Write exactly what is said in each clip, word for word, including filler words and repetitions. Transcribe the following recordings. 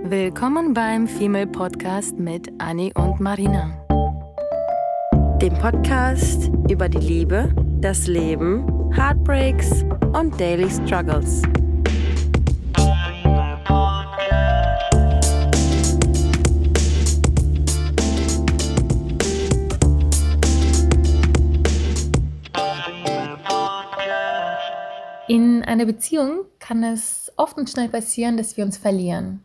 Willkommen beim Female Podcast mit Anni und Marina. Dem Podcast über die Liebe, das Leben, Heartbreaks und Daily Struggles. In einer Beziehung kann es oft und schnell passieren, dass wir uns verlieren.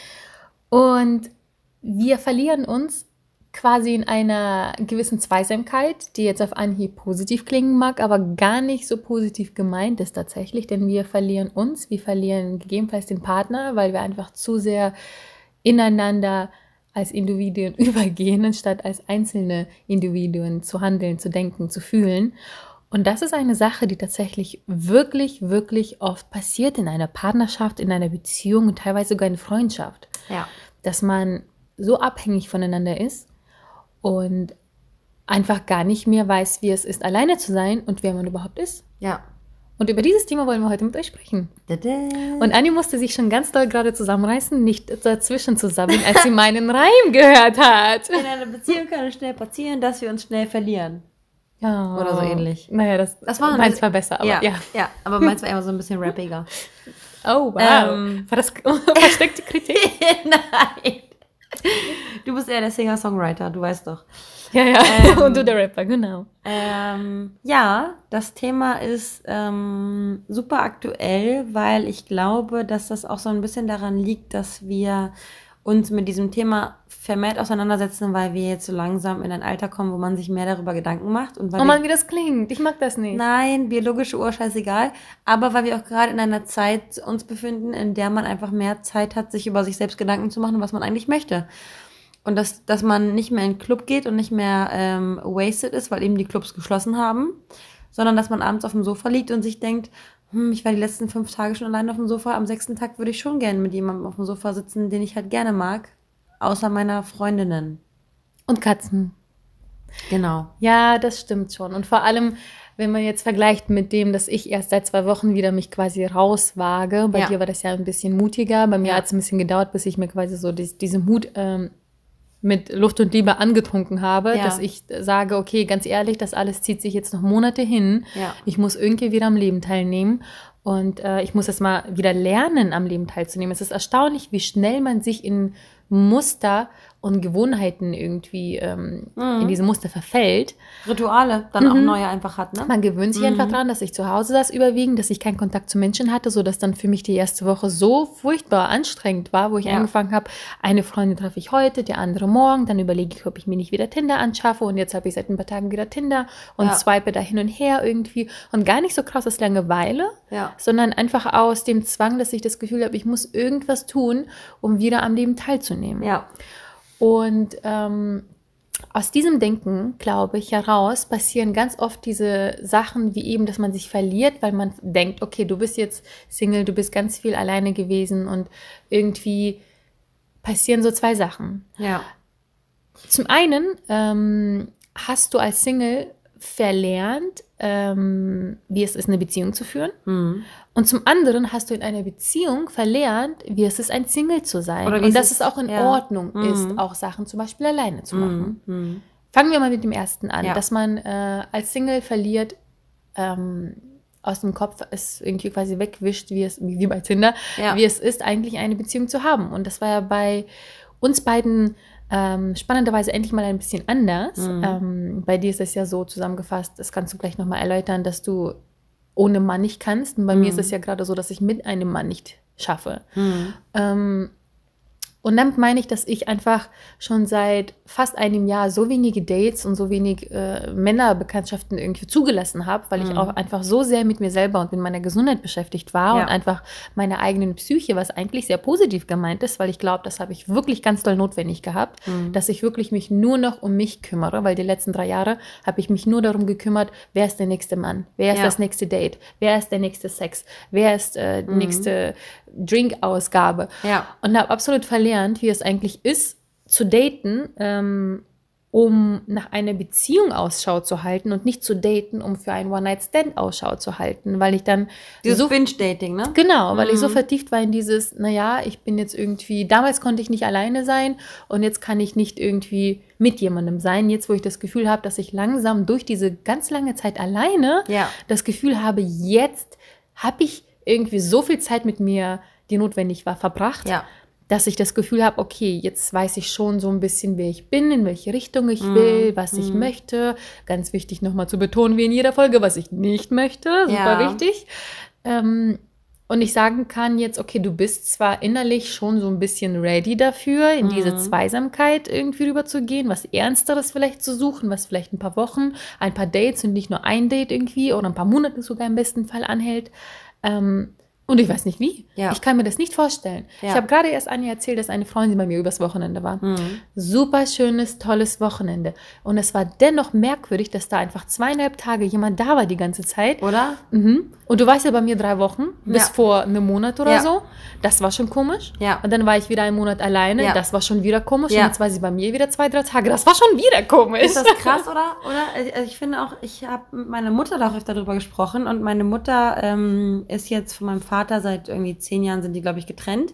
Und wir verlieren uns quasi in einer gewissen Zweisamkeit, die jetzt auf Anhieb positiv klingen mag, aber gar nicht so positiv gemeint ist tatsächlich, denn wir verlieren uns, wir verlieren gegebenenfalls den Partner, weil wir einfach zu sehr ineinander als Individuen übergehen, anstatt als einzelne Individuen zu handeln, zu denken, zu fühlen. Und das ist eine Sache, die tatsächlich wirklich, wirklich oft passiert in einer Partnerschaft, in einer Beziehung und teilweise sogar in Freundschaft. Ja. Dass man so abhängig voneinander ist und einfach gar nicht mehr weiß, wie es ist, alleine zu sein und wer man überhaupt ist. Ja. Und über dieses Thema wollen wir heute mit euch sprechen. Tada. Und Anni musste sich schon ganz doll gerade zusammenreißen, nicht dazwischen zu sabbeln, als sie meinen Reim gehört hat. In einer Beziehung kann es schnell passieren, dass wir uns schnell verlieren. Ja. Oder so ähnlich. Naja, das, Das war meins war besser, aber ja, ja. ja, aber meins war immer so ein bisschen rappiger. Oh, wow. Ähm. War das versteckte Kritik? Nein. Du bist eher der Singer-Songwriter, du weißt doch. Ja, ja. Ähm. Und du der Rapper, genau. Ähm, ja, das Thema ist ähm, super aktuell, weil ich glaube, dass das auch so ein bisschen daran liegt, dass wir uns mit diesem Thema vermehrt auseinandersetzen, weil wir jetzt so langsam in ein Alter kommen, wo man sich mehr darüber Gedanken macht. Und weil Oh wir, Mann, wie das klingt. Ich mag das nicht. nein, biologische Uhr, scheißegal. Aber weil wir auch gerade in einer Zeit uns befinden, in der man einfach mehr Zeit hat, sich über sich selbst Gedanken zu machen, was man eigentlich möchte. Und dass, dass man nicht mehr in den Club geht und nicht mehr ähm, wasted ist, weil eben die Clubs geschlossen haben, sondern dass man abends auf dem Sofa liegt und sich denkt, hm, ich war die letzten fünf Tage schon allein auf dem Sofa, am sechsten Tag würde ich schon gerne mit jemandem auf dem Sofa sitzen, den ich halt gerne mag, außer meiner Freundinnen. Und Katzen. Genau. Ja, das stimmt schon. Und vor allem, wenn man jetzt vergleicht mit dem, dass ich erst seit zwei Wochen wieder mich quasi rauswage. Bei Ja. dir war das ja ein bisschen mutiger. Bei mir Ja. hat es ein bisschen gedauert, bis ich mir quasi so die, diese Mut ähm, mit Luft und Liebe angetrunken habe, Ja. dass ich sage, okay, ganz ehrlich, das alles zieht sich jetzt noch Monate hin. Ja. Ich muss irgendwie wieder am Leben teilnehmen und äh, ich muss jetzt mal wieder lernen, am Leben teilzunehmen. Es ist erstaunlich, wie schnell man sich in Muster und Gewohnheiten irgendwie ähm, Mhm. in diese Muster verfällt. Rituale dann auch neue einfach hat, ne? Man gewöhnt sich einfach dran, dass ich zu Hause saß überwiegend, dass ich keinen Kontakt zu Menschen hatte, sodass dann für mich die erste Woche so furchtbar anstrengend war, wo ich Ja. angefangen habe, eine Freundin treffe ich heute, die andere morgen, dann überlege ich, ob ich mir nicht wieder Tinder anschaffe und jetzt habe ich seit ein paar Tagen wieder Tinder und Ja. swipe da hin und her irgendwie und gar nicht so krasses Langeweile, Ja. sondern einfach aus dem Zwang, dass ich das Gefühl habe, ich muss irgendwas tun, um wieder am Leben teilzunehmen. Ja. Und ähm, aus diesem Denken, glaube ich, heraus passieren ganz oft diese Sachen, wie eben, dass man sich verliert, weil man denkt, okay, du bist jetzt Single, du bist ganz viel alleine gewesen und irgendwie passieren so zwei Sachen. Ja. Zum einen ähm, hast du als Single verlernt, ähm, wie es ist, eine Beziehung zu führen. Mhm. Und zum anderen hast du in einer Beziehung verlernt, wie es ist, ein Single zu sein. Oder wie und es dass ist- es auch in ja. Ordnung Mhm. ist, auch Sachen zum Beispiel alleine zu machen. Mhm. Fangen wir mal mit dem ersten an, Ja. dass man äh, als Single verliert, ähm, aus dem Kopf es irgendwie quasi wegwischt, wie es, wie bei Tinder, Ja. wie es ist, eigentlich eine Beziehung zu haben. Und das war ja bei uns beiden ähm, spannenderweise endlich mal ein bisschen anders. Mhm. Ähm, bei dir ist es ja so zusammengefasst, das kannst du gleich nochmal erläutern, dass du ohne Mann nicht kannst. Und bei mir ist es ja gerade so, dass ich mit einem Mann nicht schaffe. Mhm. Ähm, und damit meine ich, dass ich einfach schon seit fast einem Jahr so wenige Dates und so wenig äh, Männerbekanntschaften irgendwie zugelassen habe, weil ich auch einfach so sehr mit mir selber und mit meiner Gesundheit beschäftigt war Ja. und einfach meiner eigenen Psyche, was eigentlich sehr positiv gemeint ist, weil ich glaube, das habe ich wirklich ganz doll notwendig gehabt, dass ich wirklich mich nur noch um mich kümmere, weil die letzten drei Jahre habe ich mich nur darum gekümmert, wer ist der nächste Mann, wer ist Ja. das nächste Date, wer ist der nächste Sex, wer ist äh, die nächste Drink-Ausgabe. Ja. Und habe absolut verlernt, wie es eigentlich ist, zu daten, ähm, um nach einer Beziehung Ausschau zu halten und nicht zu daten, um für einen One-Night-Stand Ausschau zu halten, weil ich dann Dieses so Binge-Dating, ne? Genau, weil Mhm. ich so vertieft war in dieses, naja, ich bin jetzt irgendwie, damals konnte ich nicht alleine sein und jetzt kann ich nicht irgendwie mit jemandem sein. Jetzt, wo ich das Gefühl habe, dass ich langsam durch diese ganz lange Zeit alleine Ja. das Gefühl habe, jetzt habe ich irgendwie so viel Zeit mit mir, die notwendig war, verbracht, Ja. dass ich das Gefühl habe, okay, jetzt weiß ich schon so ein bisschen, wer ich bin, in welche Richtung ich will, was ich möchte. Ganz wichtig nochmal zu betonen, wie in jeder Folge, was ich nicht möchte. Super Ja. wichtig. Ähm, und ich sagen kann jetzt, okay, du bist zwar innerlich schon so ein bisschen ready dafür, in diese Zweisamkeit irgendwie rüberzugehen, was Ernsteres vielleicht zu suchen, was vielleicht ein paar Wochen, ein paar Dates und nicht nur ein Date irgendwie oder ein paar Monate sogar im besten Fall anhält. Ähm, und ich weiß nicht wie. Ja. Ich kann mir das nicht vorstellen. Ja. Ich habe gerade erst Anja erzählt, dass eine Freundin bei mir übers Wochenende war. Super schönes, tolles Wochenende. Und es war dennoch merkwürdig, dass da einfach zweieinhalb Tage jemand da war die ganze Zeit. Oder? Mhm. Und du warst ja bei mir drei Wochen, bis Ja. vor einem Monat oder Ja. so. Das war schon komisch. Ja. Und dann war ich wieder einen Monat alleine. Ja. Das war schon wieder komisch. Ja. Und jetzt war sie bei mir wieder zwei, drei Tage. Das war schon wieder komisch. Ist das krass, oder? Oder? Also ich finde auch, ich habe mit meiner Mutter da auch öfter darüber gesprochen und meine Mutter ähm, ist jetzt von meinem Vater seit irgendwie zehn Jahren sind die, glaube ich, getrennt.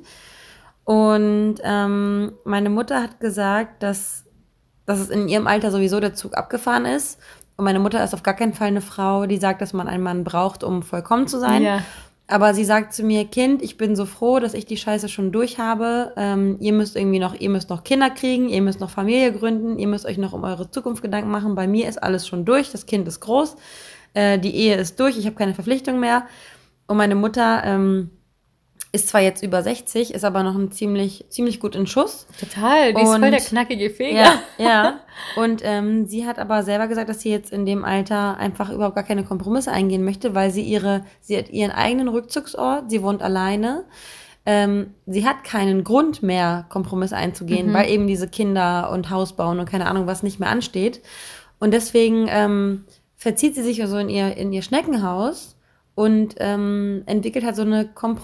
Und ähm, meine Mutter hat gesagt, dass, dass es in ihrem Alter sowieso der Zug abgefahren ist. Und meine Mutter ist auf gar keinen Fall eine Frau, die sagt, dass man einen Mann braucht, um vollkommen zu sein. Ja. Aber sie sagt zu mir, Kind, ich bin so froh, dass ich die Scheiße schon durch habe. Ähm, ihr müsst irgendwie noch, ihr müsst noch Kinder kriegen, ihr müsst noch Familie gründen, ihr müsst euch noch um eure Zukunft Gedanken machen. Bei mir ist alles schon durch, das Kind ist groß, äh, die Ehe ist durch, ich habe keine Verpflichtung mehr. Und meine Mutter ähm, ist zwar jetzt über sechzig, ist aber noch ein ziemlich, ziemlich gut in Schuss. Total. Die ist Und- voll der knackige Feger. Ja, ja. Und ähm, sie hat aber selber gesagt, dass sie jetzt in dem Alter einfach überhaupt gar keine Kompromisse eingehen möchte, weil sie ihre, sie hat ihren eigenen Rückzugsort, sie wohnt alleine. Ähm, sie hat keinen Grund mehr, Kompromisse einzugehen, weil eben diese Kinder und Haus bauen und keine Ahnung was nicht mehr ansteht. Und deswegen ähm, verzieht sie sich so in ihr, in ihr Schneckenhaus und ähm, entwickelt halt so eine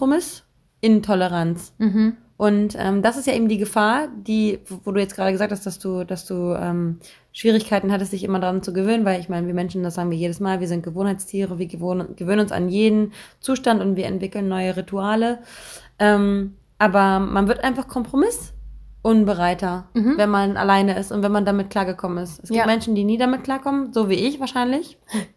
Kompromissintoleranz. Mhm. Und ähm, das ist ja eben die Gefahr, die, wo du jetzt gerade gesagt hast, dass du, dass du ähm, Schwierigkeiten hattest, dich immer daran zu gewöhnen, weil ich meine, wir Menschen, das sagen wir jedes Mal, wir sind Gewohnheitstiere, wir gewohnen, gewöhnen uns an jeden Zustand und wir entwickeln neue Rituale. Ähm, aber man wird einfach kompromissunbereiter, Mhm. wenn man alleine ist und wenn man damit klargekommen ist. Es gibt Ja. Menschen, die nie damit klarkommen, so wie ich wahrscheinlich.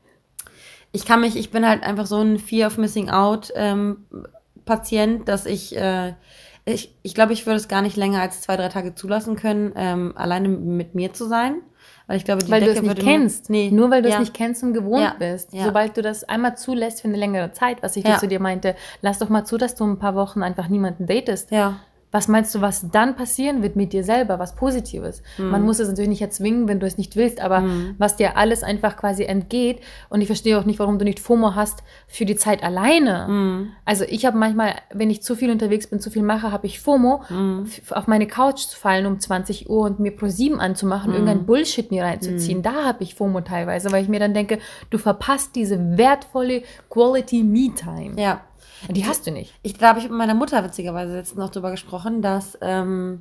Ich kann mich, ich bin halt einfach so ein Fear of Missing Out ähm, Patient, dass ich, äh, ich, ich glaube, ich würde es gar nicht länger als zwei, drei Tage zulassen können, ähm, alleine mit mir zu sein. Weil ich glaube, die Weil du Decke es nicht würde mir- kennst. Nee. Nur weil du Ja. es nicht kennst und gewohnt Ja. bist. Ja. Sobald du das einmal zulässt für eine längere Zeit, was ich Ja. dir zu dir meinte, lass doch mal zu, dass du ein paar Wochen einfach niemanden datest. Ja. Was meinst du, was dann passieren wird mit dir selber, was Positives? Mhm. Man muss es natürlich nicht erzwingen, wenn du es nicht willst, aber was dir alles einfach quasi entgeht. Und ich verstehe auch nicht, warum du nicht FOMO hast für die Zeit alleine. Mhm. Also ich habe manchmal, wenn ich zu viel unterwegs bin, zu viel mache, habe ich FOMO, Mhm. f- auf meine Couch zu fallen um zwanzig Uhr und mir ProSieben anzumachen, Mhm. irgendein Bullshit mir reinzuziehen. Da habe ich FOMO teilweise, weil ich mir dann denke, du verpasst diese wertvolle Quality Me-Time. Ja. Die hast du nicht. Ich, da habe ich mit meiner Mutter witzigerweise letztens noch drüber gesprochen, dass ähm,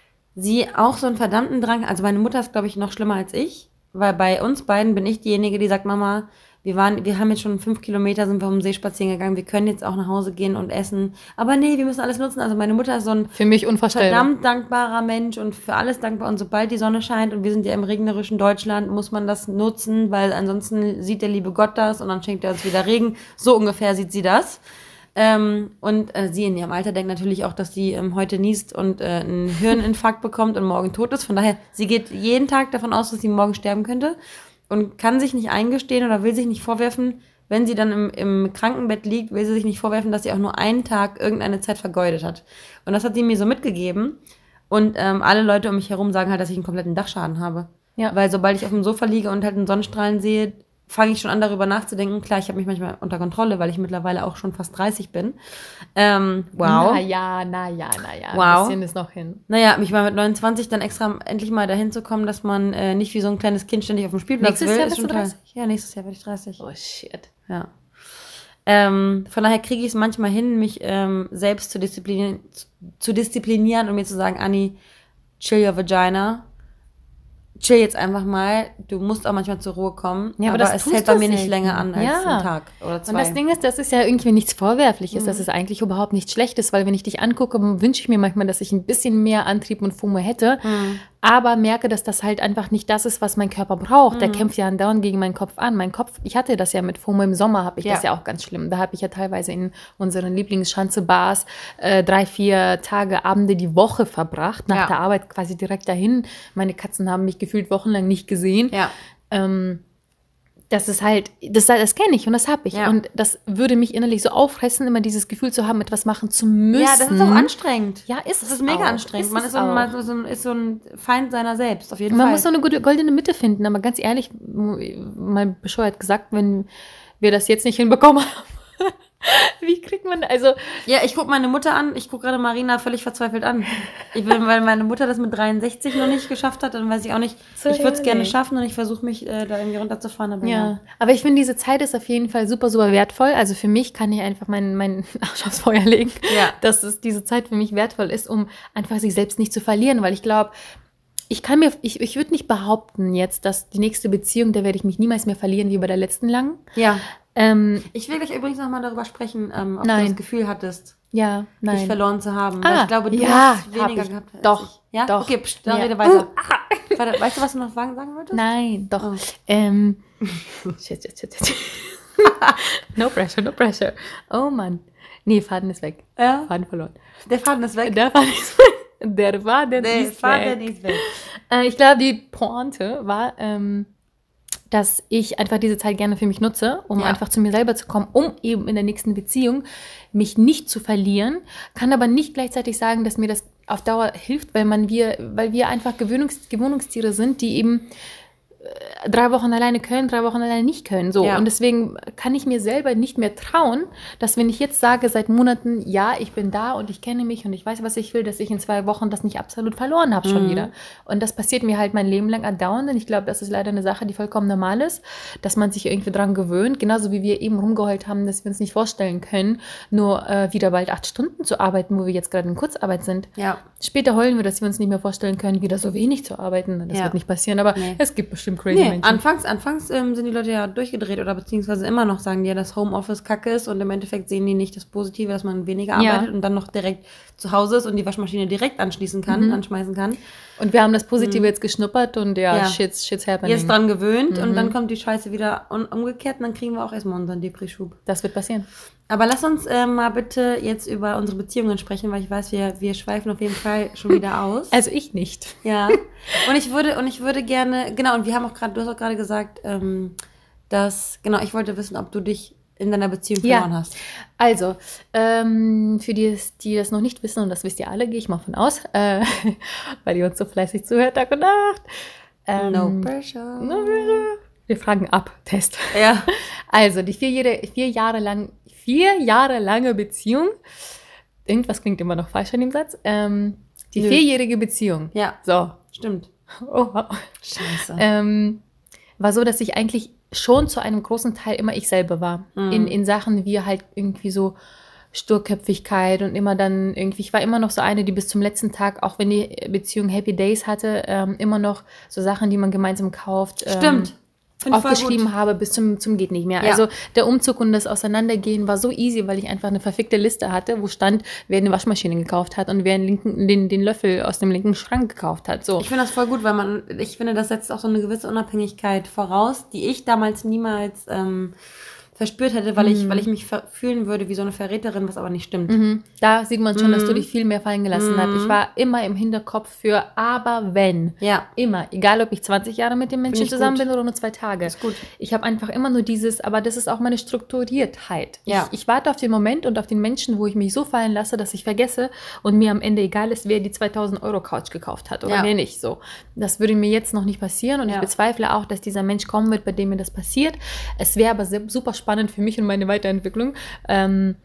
sie auch so einen verdammten Drang, also meine Mutter ist, glaube ich, noch schlimmer als ich, weil bei uns beiden bin ich diejenige, die sagt, Mama, wir waren, wir haben jetzt schon fünf Kilometer, sind wir um den See spazieren gegangen, wir können jetzt auch nach Hause gehen und essen, aber nee, wir müssen alles nutzen. Also meine Mutter ist so ein Für mich unvorstellbar. verdammt dankbarer Mensch und für alles dankbar. Und sobald die Sonne scheint und wir sind ja im regnerischen Deutschland, muss man das nutzen, weil ansonsten sieht der liebe Gott das und dann schenkt er uns wieder Regen. So ungefähr sieht sie das. Ähm, und äh, sie in ihrem Alter denkt natürlich auch, dass sie ähm, heute niest und äh, einen Hirninfarkt bekommt und morgen tot ist. Von daher, sie geht jeden Tag davon aus, dass sie morgen sterben könnte und kann sich nicht eingestehen oder will sich nicht vorwerfen, wenn sie dann im, im Krankenbett liegt, will sie sich nicht vorwerfen, dass sie auch nur einen Tag irgendeine Zeit vergeudet hat. Und das hat sie mir so mitgegeben. Und ähm, alle Leute um mich herum sagen halt, dass ich einen kompletten Dachschaden habe. Ja. Weil sobald ich auf dem Sofa liege und halt einen Sonnenstrahlen sehe, fange ich schon an, darüber nachzudenken. Klar, ich habe mich manchmal unter Kontrolle, weil ich mittlerweile auch schon fast dreißig bin. Ähm, wow. Na ja, na ja, na ja. Wow. Ein bisschen ist noch hin. Naja, mich mal mit neunundzwanzig dann extra endlich mal dahin zu kommen, dass man äh, nicht wie so ein kleines Kind ständig auf dem Spielplatz Nächstes will. Jahr ist bist schon du toll. dreißig? Ja, nächstes Jahr werde ich dreißig. Oh shit. Ja. Ähm, von daher kriege ich es manchmal hin, mich ähm, selbst zu disziplinieren, zu disziplinieren und mir zu sagen, Anni, chill your vagina. chill jetzt einfach mal, du musst auch manchmal zur Ruhe kommen, Ja, aber aber, das es tust hält du bei mir nicht selten. länger an als Ja. einen Tag oder zwei. Und das Ding ist, das ist ja irgendwie nichts Vorwerfliches, Mhm. das ist eigentlich überhaupt nichts Schlechtes, weil wenn ich dich angucke, wünsche ich mir manchmal, dass ich ein bisschen mehr Antrieb und FOMO hätte, Mhm. aber merke, dass das halt einfach nicht das ist, was mein Körper braucht. Der Mhm. kämpft ja andauernd gegen meinen Kopf an. Mein Kopf, ich hatte das ja mit FOMO im Sommer, habe ich Ja. das ja auch ganz schlimm. Da habe ich ja teilweise in unseren Lieblingsschanze-Bars äh, drei, vier Tage, Abende die Woche verbracht, nach Ja. der Arbeit quasi direkt dahin. Meine Katzen haben mich gefühlt wochenlang nicht gesehen. Ja. Ähm, das ist halt, das, das kenne ich und das habe ich. Ja. Und das würde mich innerlich so auffressen, immer dieses Gefühl zu haben, etwas machen zu müssen. Ja, das ist auch anstrengend. Ja, ist Das es ist mega auch. anstrengend. Ist Man es ist so, ein, auch. man ist so ein, ist so ein Feind seiner selbst, auf jeden Man Fall. muss so eine gute goldene Mitte finden, aber ganz ehrlich, mal bescheuert gesagt, wenn wir das jetzt nicht hinbekommen haben, wie kriegt man, also, Ja, ich gucke meine Mutter an, ich gucke gerade Marina völlig verzweifelt an. Ich will, weil meine Mutter das mit dreiundsechzig noch nicht geschafft hat, dann weiß ich auch nicht, So ich würde es gerne ehrlich. schaffen und ich versuche mich äh, da irgendwie runterzufahren. Aber ja. Aber ich finde, diese Zeit ist auf jeden Fall super, super wertvoll. Also für mich kann ich einfach meinen mein Arsch aufs Feuer legen, Ja. dass es diese Zeit für mich wertvoll ist, um einfach sich selbst nicht zu verlieren, weil ich glaube, ich kann mir, ich, ich würde nicht behaupten jetzt, dass die nächste Beziehung, da werde ich mich niemals mehr verlieren wie bei der letzten langen. Ja. Ähm, Ich will gleich übrigens nochmal darüber sprechen, ähm, ob Nein. du das Gefühl hattest, ja, dich nein. verloren zu haben. Ah, Weil ich glaube, du ja, hast hab weniger ich. gehabt. als Doch, ich. Ja? doch. Okay, pst, dann Ja. rede weiter. Warte, weißt du, was du noch sagen sagen wolltest? Nein, doch. Oh. Ähm, shit, shit, shit, shit. No pressure, no pressure. Oh Mann. Nee, Faden ist weg. Ja? Faden verloren. Der Faden ist weg. Der Faden ist weg. Der Faden Der ist Faden weg. ist weg. Äh, ich glaube, die Pointe war, ähm, dass ich einfach diese Zeit gerne für mich nutze, um Ja. einfach zu mir selber zu kommen, um eben in der nächsten Beziehung mich nicht zu verlieren, kann aber nicht gleichzeitig sagen, dass mir das auf Dauer hilft, weil man wir, weil wir einfach Gewöhnungs Gewohnungstiere sind, die eben äh, drei Wochen alleine können, drei Wochen alleine nicht können. So. Ja. Und deswegen kann ich mir selber nicht mehr trauen, dass wenn ich jetzt sage seit Monaten, ja, ich bin da und ich kenne mich und ich weiß, was ich will, dass ich in zwei Wochen das nicht absolut verloren habe schon Mhm. wieder. Und das passiert mir halt mein Leben lang andauernd. Und ich glaube, das ist leider eine Sache, die vollkommen normal ist, dass man sich irgendwie dran gewöhnt. Genauso wie wir eben rumgeheult haben, dass wir uns nicht vorstellen können, nur äh, wieder bald acht Stunden zu arbeiten, wo wir jetzt gerade in Kurzarbeit sind. Ja. Später heulen wir, dass wir uns nicht mehr vorstellen können, wieder so wenig zu arbeiten. Das Ja. wird nicht passieren, aber Nee. es gibt bestimmt crazy Nee, Menschen. anfangs, anfangs ähm, sind die Leute ja durchgedreht oder beziehungsweise immer noch sagen die ja, dass Homeoffice kacke ist und im Endeffekt sehen die nicht das Positive, dass man weniger Ja. arbeitet und dann noch direkt zu Hause ist und die Waschmaschine direkt anschließen kann, Mhm. anschmeißen kann. Und wir haben das Positive jetzt geschnuppert und ja, Ja. shit's, shit's happening. Jetzt dran gewöhnt und Mhm. dann kommt die Scheiße wieder un- umgekehrt und dann kriegen wir auch erstmal unseren Depri-Schub. Das wird passieren. Aber lass uns äh, mal bitte jetzt über unsere Beziehungen sprechen, weil ich weiß, wir, wir schweifen auf jeden Fall schon wieder aus. Also ich nicht. Ja. Und ich würde, und ich würde gerne, genau, und wir haben auch gerade, du hast auch gerade gesagt, ähm, dass, genau, ich wollte wissen, ob du dich in deiner Beziehung Ja. verloren hast. Also, ähm, für die, die das noch nicht wissen, und das wisst ihr alle, gehe ich mal von aus, äh, weil ihr uns so fleißig zuhört, Tag und Nacht. Ähm, No pressure. no pressure. Wir fragen ab, Test. Ja. Also, die vier, Jahre, vier Jahre lang, vier Jahre lange Beziehung, irgendwas klingt immer noch falsch an dem Satz, ähm, die Nö. vierjährige Beziehung. Ja, So. stimmt. Oh, wow. Scheiße. ähm, war so, dass ich eigentlich schon zu einem großen Teil immer ich selber war. Mhm. In, in Sachen wie halt irgendwie so Sturköpfigkeit und immer dann irgendwie, ich war immer noch so eine, die bis zum letzten Tag, auch wenn die Beziehung Happy Days hatte, ähm, immer noch so Sachen, die man gemeinsam kauft. Ähm, Stimmt. Find ich voll aufgeschrieben gut. habe bis zum, zum geht nicht mehr. Ja. Also der Umzug und das Auseinandergehen war so easy, weil ich einfach eine verfickte Liste hatte, wo stand, wer eine Waschmaschine gekauft hat und wer einen linken, den, den Löffel aus dem linken Schrank gekauft hat. So. Ich finde das voll gut, weil man, ich finde, das setzt auch so eine gewisse Unabhängigkeit voraus, die ich damals niemals ähm, verspürt hätte, weil ich, weil ich mich ver- fühlen würde wie so eine Verräterin, was aber nicht stimmt. Mhm. Da sieht man schon, dass Mhm. du dich viel mehr fallen gelassen hast. Ich war immer im Hinterkopf für aber wenn. Ja. Immer. Egal, ob ich zwanzig Jahre mit dem Menschen ich zusammen gut. bin oder nur zwei Tage. Ist gut. Ich habe einfach immer nur dieses, aber das ist auch meine Strukturiertheit. Ja. Ich, ich warte auf den Moment und auf den Menschen, wo ich mich so fallen lasse, dass ich vergesse und mir am Ende egal ist, wer die zweitausend Euro Couch gekauft hat oder Ja. wer nicht. So. Das würde mir jetzt noch nicht passieren und Ja. ich bezweifle auch, dass dieser Mensch kommen wird, bei dem mir das passiert. Es wäre aber sehr, super spannend für mich und meine Weiterentwicklung, ähm,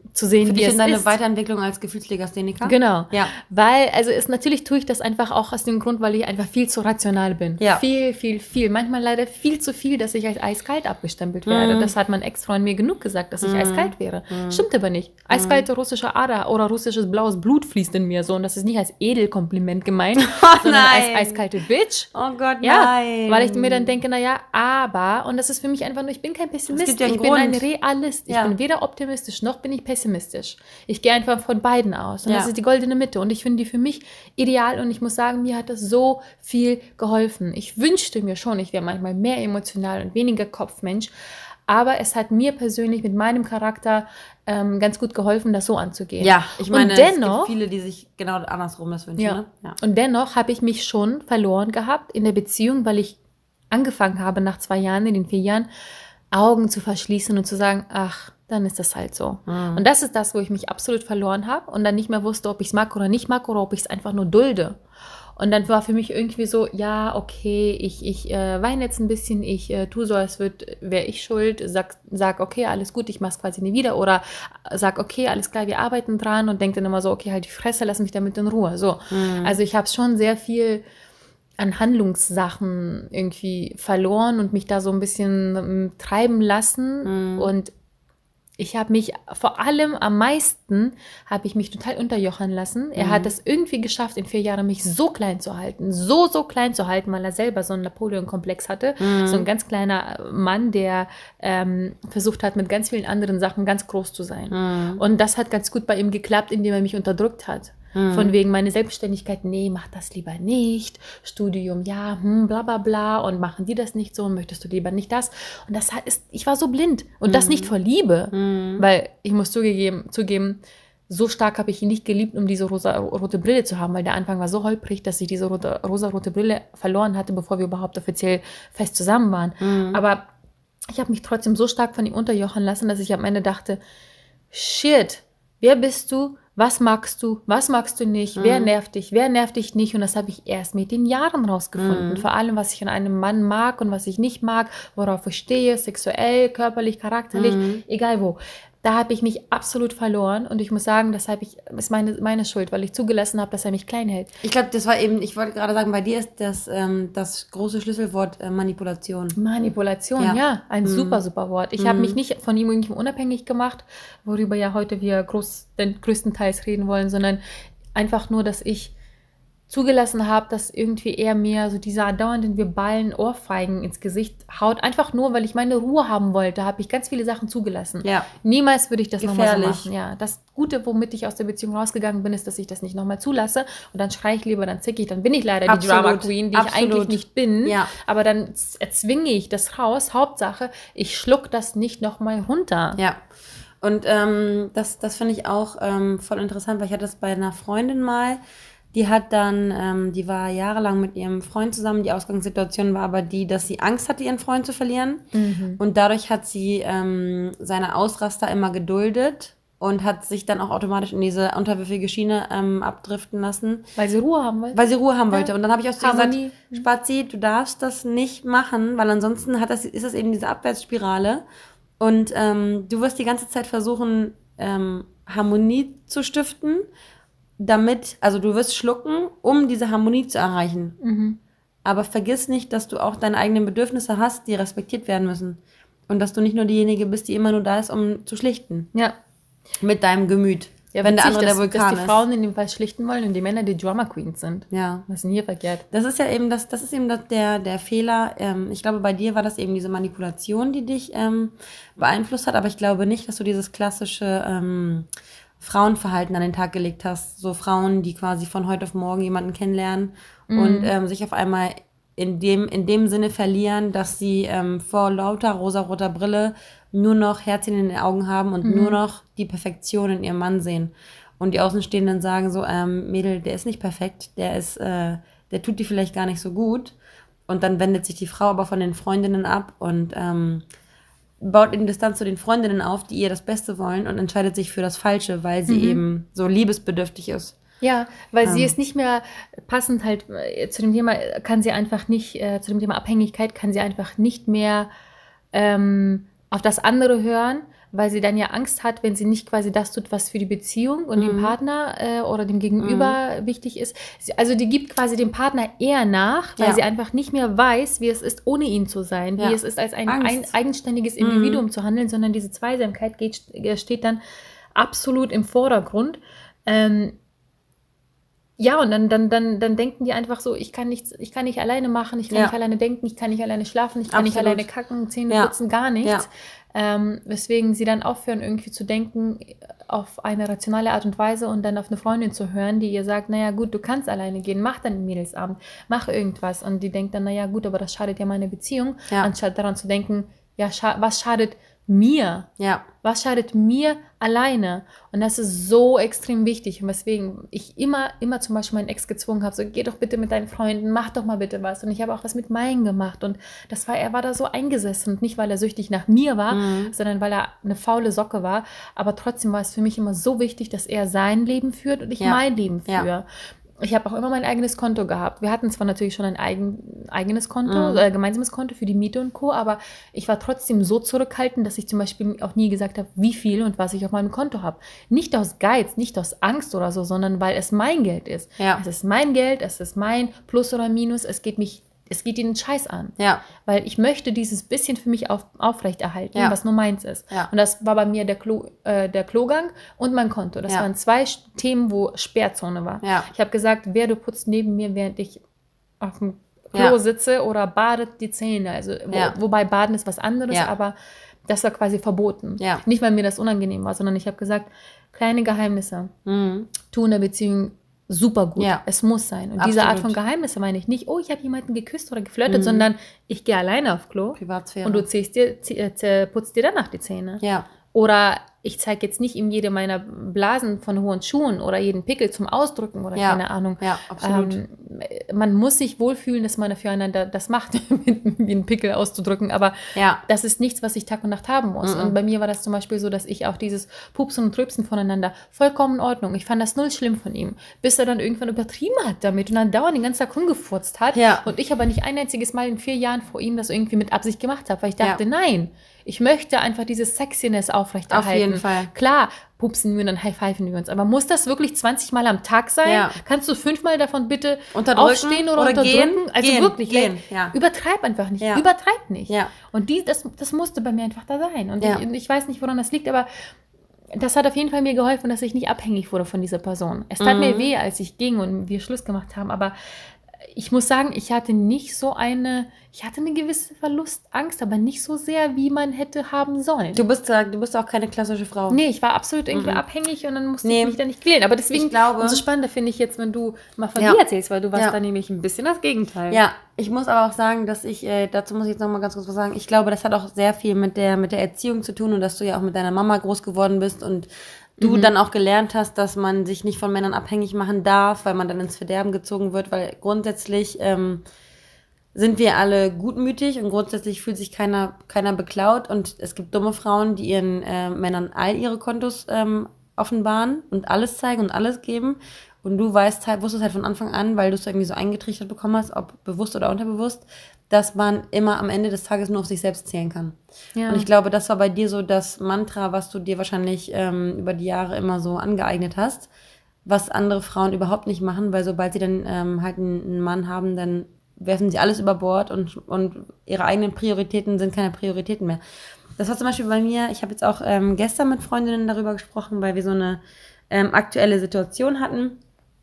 zu sehen, Für wie dich es in deine ist. Weiterentwicklung als Gefühlslegastheniker? Genau. Ja. Weil, also ist, natürlich tue ich das einfach auch aus dem Grund, weil ich einfach viel zu rational bin. Ja. Viel, viel, viel. Manchmal leider viel zu viel, dass ich als eiskalt abgestempelt werde. Mhm. Das hat mein Ex-Freund mir genug gesagt, dass ich Mhm. eiskalt wäre. Mhm. Stimmt aber nicht. Eiskalte russische Ader oder russisches blaues Blut fließt in mir so. Und das ist nicht als Edelkompliment gemeint, sondern als nein. eiskalte Bitch. Oh Gott, Ja, nein. weil ich mir dann denke, naja, aber, und das ist für mich einfach nur, ich bin kein Pessimist, gibt ja einen ich bin ein Grund. Realist. Ich Ja. bin weder optimistisch noch bin ich pessimistisch. Ich gehe einfach von beiden aus. Und Ja. das ist die goldene Mitte. Und ich finde die für mich ideal. Und ich muss sagen, mir hat das so viel geholfen. Ich wünschte mir schon, ich wäre manchmal mehr emotional und weniger Kopfmensch. Aber es hat mir persönlich mit meinem Charakter ähm, ganz gut geholfen, das so anzugehen. Ja, ich meine, und dennoch, es gibt viele, die sich genau andersrum das wünschen. ja. Ne? Ja. Und dennoch habe ich mich schon verloren gehabt in der Beziehung, weil ich angefangen habe, nach zwei Jahren, in den vier Jahren, Augen zu verschließen und zu sagen, ach, dann ist das halt so. Mhm. Und das ist das, wo ich mich absolut verloren habe und dann nicht mehr wusste, ob ich es mag oder nicht mag oder ob ich es einfach nur dulde. Und dann war für mich irgendwie so, ja, okay, ich, ich äh, weine jetzt ein bisschen, ich äh, tue so, als wäre ich schuld, sag, sag, okay, alles gut, ich mach's quasi nie wieder oder sag, okay, alles klar, wir arbeiten dran und denk dann immer so, okay, halt die Fresse, lass mich damit in Ruhe. So. Mhm. Also ich habe schon sehr viel an Handlungssachen irgendwie verloren und mich da so ein bisschen ähm, treiben lassen. Mhm. Und ich habe mich vor allem am meisten, habe ich mich total unterjochen lassen. Er Mhm. hat es irgendwie geschafft, in vier Jahren mich so klein zu halten, so, so klein zu halten, weil er selber so einen Napoleon-Komplex hatte. Mhm. So ein ganz kleiner Mann, der ähm, versucht hat, mit ganz vielen anderen Sachen ganz groß zu sein. Mhm. Und das hat ganz gut bei ihm geklappt, indem er mich unterdrückt hat. Von wegen meine Selbstständigkeit, nee, mach das lieber nicht. Studium, ja, hm, bla bla bla. Und machen die das nicht so und möchtest du lieber nicht das? Und das ist, ich war so blind. Und das nicht vor Liebe. Mhm. Weil ich muss zugegeben, zugeben, so stark habe ich ihn nicht geliebt, um diese rosa, rote Brille zu haben, weil der Anfang war so holprig, dass ich diese rote, rosa-rote Brille verloren hatte, bevor wir überhaupt offiziell fest zusammen waren. Mhm. Aber ich habe mich trotzdem so stark von ihm unterjochen lassen, dass ich am Ende dachte, shit, wer bist du? Was magst du? Was magst du nicht? Mhm. Wer nervt dich? Wer nervt dich nicht? Und das habe ich erst mit den Jahren rausgefunden. Mhm. Vor allem, was ich an einem Mann mag und was ich nicht mag, worauf ich stehe, sexuell, körperlich, charakterlich, Mhm. egal wo. Da habe ich mich absolut verloren und ich muss sagen, das habe ich, ist meine, meine Schuld, weil ich zugelassen habe, dass er mich klein hält. Ich glaube, das war eben, ich wollte gerade sagen, bei dir ist das, ähm, das große Schlüsselwort äh, Manipulation. Manipulation, Ja. ja, ein Mhm. super, super Wort. Ich Mhm. habe mich nicht von ihm irgendwie unabhängig gemacht, worüber ja heute wir groß, den größtenteils reden wollen, sondern einfach nur, dass ich zugelassen habe, dass irgendwie er mir so diese andauernden verbalen Ohrfeigen ins Gesicht haut. Einfach nur, weil ich meine Ruhe haben wollte, habe ich ganz viele Sachen zugelassen. Ja. Niemals würde ich das nochmal so Gefährlich. machen. Ja, das Gute, womit ich aus der Beziehung rausgegangen bin, ist, dass ich das nicht nochmal zulasse. Und dann schreie ich lieber, dann zicke ich, dann bin ich leider die Absolut. Drama Queen, die ich Absolut. eigentlich nicht bin. Ja. Aber dann z- erzwinge ich das raus. Hauptsache, ich schluck das nicht nochmal runter. Ja. Und ähm, das, das finde ich auch ähm, voll interessant, weil ich hatte das bei einer Freundin mal, die hat dann, ähm, die war jahrelang mit ihrem Freund zusammen, die Ausgangssituation war aber die, dass sie Angst hatte, ihren Freund zu verlieren und dadurch hat sie ähm, seine Ausraster immer geduldet und hat sich dann auch automatisch in diese unterwürfige Schiene ähm, abdriften lassen, Weil sie Ruhe haben wollen. weil sie Ruhe haben wollte. Und dann habe ich auch zu ihr gesagt, Harmonie. Spazi, du darfst das nicht machen, weil ansonsten hat das, ist das eben diese Abwärtsspirale. Und ähm, du wirst die ganze Zeit versuchen, ähm, Harmonie zu stiften, damit, also du wirst schlucken, um diese Harmonie zu erreichen. Mhm. Aber vergiss nicht, dass du auch deine eigenen Bedürfnisse hast, die respektiert werden müssen. Und dass du nicht nur diejenige bist, die immer nur da ist, um zu schlichten. Ja. Mit deinem Gemüt. Ja, wenn der witzig, andere dass, der Vulkan dass die ist. Frauen in dem Fall schlichten wollen und die Männer die Drama Queens sind. Ja. Was ist denn hier verkehrt? Das ist ja eben das, das ist eben das, der, der Fehler. Ähm, ich glaube, bei dir war das eben diese Manipulation, die dich ähm, beeinflusst hat, aber ich glaube nicht, dass du dieses klassische ähm, Frauenverhalten an den Tag gelegt hast. So Frauen, die quasi von heute auf morgen jemanden kennenlernen Mhm. und ähm, sich auf einmal in dem, in dem Sinne verlieren, dass sie ähm, vor lauter rosaroter Brille nur noch Herzchen in den Augen haben und Mhm. nur noch die Perfektion in ihrem Mann sehen. Und die Außenstehenden sagen so, ähm, Mädel, der ist nicht perfekt, der ist, äh, der tut dir vielleicht gar nicht so gut. Und dann wendet sich die Frau aber von den Freundinnen ab und ähm, baut in Distanz zu den Freundinnen auf, die ihr das Beste wollen und entscheidet sich für das Falsche, weil sie Mhm. eben so liebesbedürftig ist. Ja, weil sie Ähm. ist nicht mehr passend halt äh, zu dem Thema, äh, kann sie einfach nicht, äh, zu dem Thema Abhängigkeit kann sie einfach nicht mehr ähm, auf das andere hören, weil sie dann ja Angst hat, wenn sie nicht quasi das tut, was für die Beziehung und Mhm. dem Partner äh, oder dem Gegenüber wichtig ist. Sie, also die gibt quasi dem Partner eher nach, weil Ja. sie einfach nicht mehr weiß, wie es ist, ohne ihn zu sein, Ja. wie es ist, als ein, Angst. ein eigenständiges Individuum zu handeln, sondern diese Zweisamkeit geht, steht dann absolut im Vordergrund. Ähm, Ja, und dann, dann, dann, dann denken die einfach so, ich kann nichts, ich kann nicht alleine machen, ich kann Ja. nicht alleine denken, ich kann nicht alleine schlafen, ich kann nicht Absolut. alleine kacken, Zähne Ja. putzen, gar nichts. Ja. Ähm, weswegen sie dann aufhören, irgendwie zu denken auf eine rationale Art und Weise und dann auf eine Freundin zu hören, die ihr sagt, naja gut, du kannst alleine gehen, mach dann einen Mädelsabend, mach irgendwas. Und die denkt dann, naja gut, aber das schadet ja meiner Beziehung, Ja. anstatt daran zu denken, ja, scha- was schadet mir? Ja. Was schadet mir alleine? Und das ist so extrem wichtig. Und weswegen ich immer, immer zum Beispiel meinen Ex gezwungen habe, so geh doch bitte mit deinen Freunden, mach doch mal bitte was. Und ich habe auch was mit meinen gemacht. Und das war, er war da so eingesessen. Und nicht, weil er süchtig nach mir war, Mhm. sondern weil er eine faule Socke war. Aber trotzdem war es für mich immer so wichtig, dass er sein Leben führt und ich Ja. mein Leben Ja. führe. Ich habe auch immer mein eigenes Konto gehabt. Wir hatten zwar natürlich schon ein eigen, eigenes Konto, Mhm. äh, gemeinsames Konto für die Miete und Co., aber ich war trotzdem so zurückhaltend, dass ich zum Beispiel auch nie gesagt habe, wie viel und was ich auf meinem Konto habe. Nicht aus Geiz, nicht aus Angst oder so, sondern weil es mein Geld ist. Ja. Es ist mein Geld, es ist mein Plus oder Minus, es geht mich, es geht ihnen Scheiß an. Ja. Weil ich möchte dieses bisschen für mich auf, aufrechterhalten, Ja. was nur meins ist. Ja. Und das war bei mir der, Klo, äh, der Klogang und mein Konto. Das Ja. waren zwei Sch- Themen, wo Sperrzone war. Ja. Ich habe gesagt, wer du putzt neben mir, während ich auf dem Klo Ja. sitze oder badet die Zähne. Also, wo, Ja. wobei Baden ist was anderes, Ja. aber das war quasi verboten. Ja. Nicht, weil mir das unangenehm war, sondern ich habe gesagt, kleine Geheimnisse Mhm. tun der Beziehung super gut. Ja. Es muss sein. Und diese Art von Absolut. Geheimnisse meine ich nicht, oh, ich habe jemanden geküsst oder geflirtet, Mhm. sondern ich gehe alleine auf Klo Privatsphäre. und du ziehst dir, zieh, äh, putzt dir danach die Zähne. Ja. Oder ich zeige jetzt nicht ihm jede meiner Blasen von hohen Schuhen oder jeden Pickel zum Ausdrücken oder Ja. keine Ahnung. Ja, absolut. Ähm, man muss sich wohlfühlen, dass man füreinander das macht, wie einen Pickel auszudrücken, aber Ja. das ist nichts, was ich Tag und Nacht haben muss. Mhm. Und bei mir war das zum Beispiel so, dass ich auch dieses Pupsen und Trübsen voneinander vollkommen in Ordnung. Ich fand das null schlimm von ihm, bis er dann irgendwann übertrieben hat damit und dann dauernd den ganzen Tag rumgefurzt hat. Ja. Und ich aber nicht ein einziges Mal in vier Jahren vor ihm das irgendwie mit Absicht gemacht habe, weil ich dachte, Ja. nein, ich möchte einfach dieses Sexiness aufrechterhalten. Auf jeden Fall. Klar, pupsen wir und dann high-pfeifen wir uns. Aber muss das wirklich zwanzig Mal am Tag sein? Ja. Kannst du fünfmal davon bitte Unterdrücken aufstehen oder, oder unterdrücken? gehen? Also Gehen, wirklich, gehen, like, ja. übertreib einfach nicht. Ja. Übertreib nicht. Ja. Und die, das, das musste bei mir einfach da sein. Und Ja. ich, ich weiß nicht, woran das liegt, aber das hat auf jeden Fall mir geholfen, dass ich nicht abhängig wurde von dieser Person. Es tat Mhm. mir weh, als ich ging und wir Schluss gemacht haben, aber ich muss sagen, ich hatte nicht so eine, ich hatte eine gewisse Verlustangst, aber nicht so sehr, wie man hätte haben sollen. Du bist, da- du bist auch keine klassische Frau. Nee, ich war absolut irgendwie abhängig und dann musste Nee. ich mich da nicht quälen. Aber deswegen, Ich glaube- umso spannender finde ich jetzt, wenn du mal von Ja. dir erzählst, weil du warst Ja. da nämlich ein bisschen das Gegenteil. Ja, ich muss aber auch sagen, dass ich, äh, dazu muss ich jetzt nochmal ganz kurz was sagen, ich glaube, das hat auch sehr viel mit der, mit der Erziehung zu tun und dass du ja auch mit deiner Mama groß geworden bist und du dann auch gelernt hast, dass man sich nicht von Männern abhängig machen darf, weil man dann ins Verderben gezogen wird, weil grundsätzlich ähm, sind wir alle gutmütig und grundsätzlich fühlt sich keiner, keiner beklaut und es gibt dumme Frauen, die ihren äh, Männern all ihre Kontos ähm, offenbaren und alles zeigen und alles geben. Und du weißt halt, wusstest halt von Anfang an, weil du es irgendwie so eingetrichtert bekommen hast, ob bewusst oder unterbewusst, dass man immer am Ende des Tages nur auf sich selbst zählen kann. Ja. Und ich glaube, das war bei dir so das Mantra, was du dir wahrscheinlich ähm, über die Jahre immer so angeeignet hast, was andere Frauen überhaupt nicht machen, weil sobald sie dann ähm, halt einen, einen Mann haben, dann werfen sie alles über Bord und, und ihre eigenen Prioritäten sind keine Prioritäten mehr. Das war zum Beispiel bei mir, ich habe jetzt auch ähm, gestern mit Freundinnen darüber gesprochen, weil wir so eine ähm, aktuelle Situation hatten.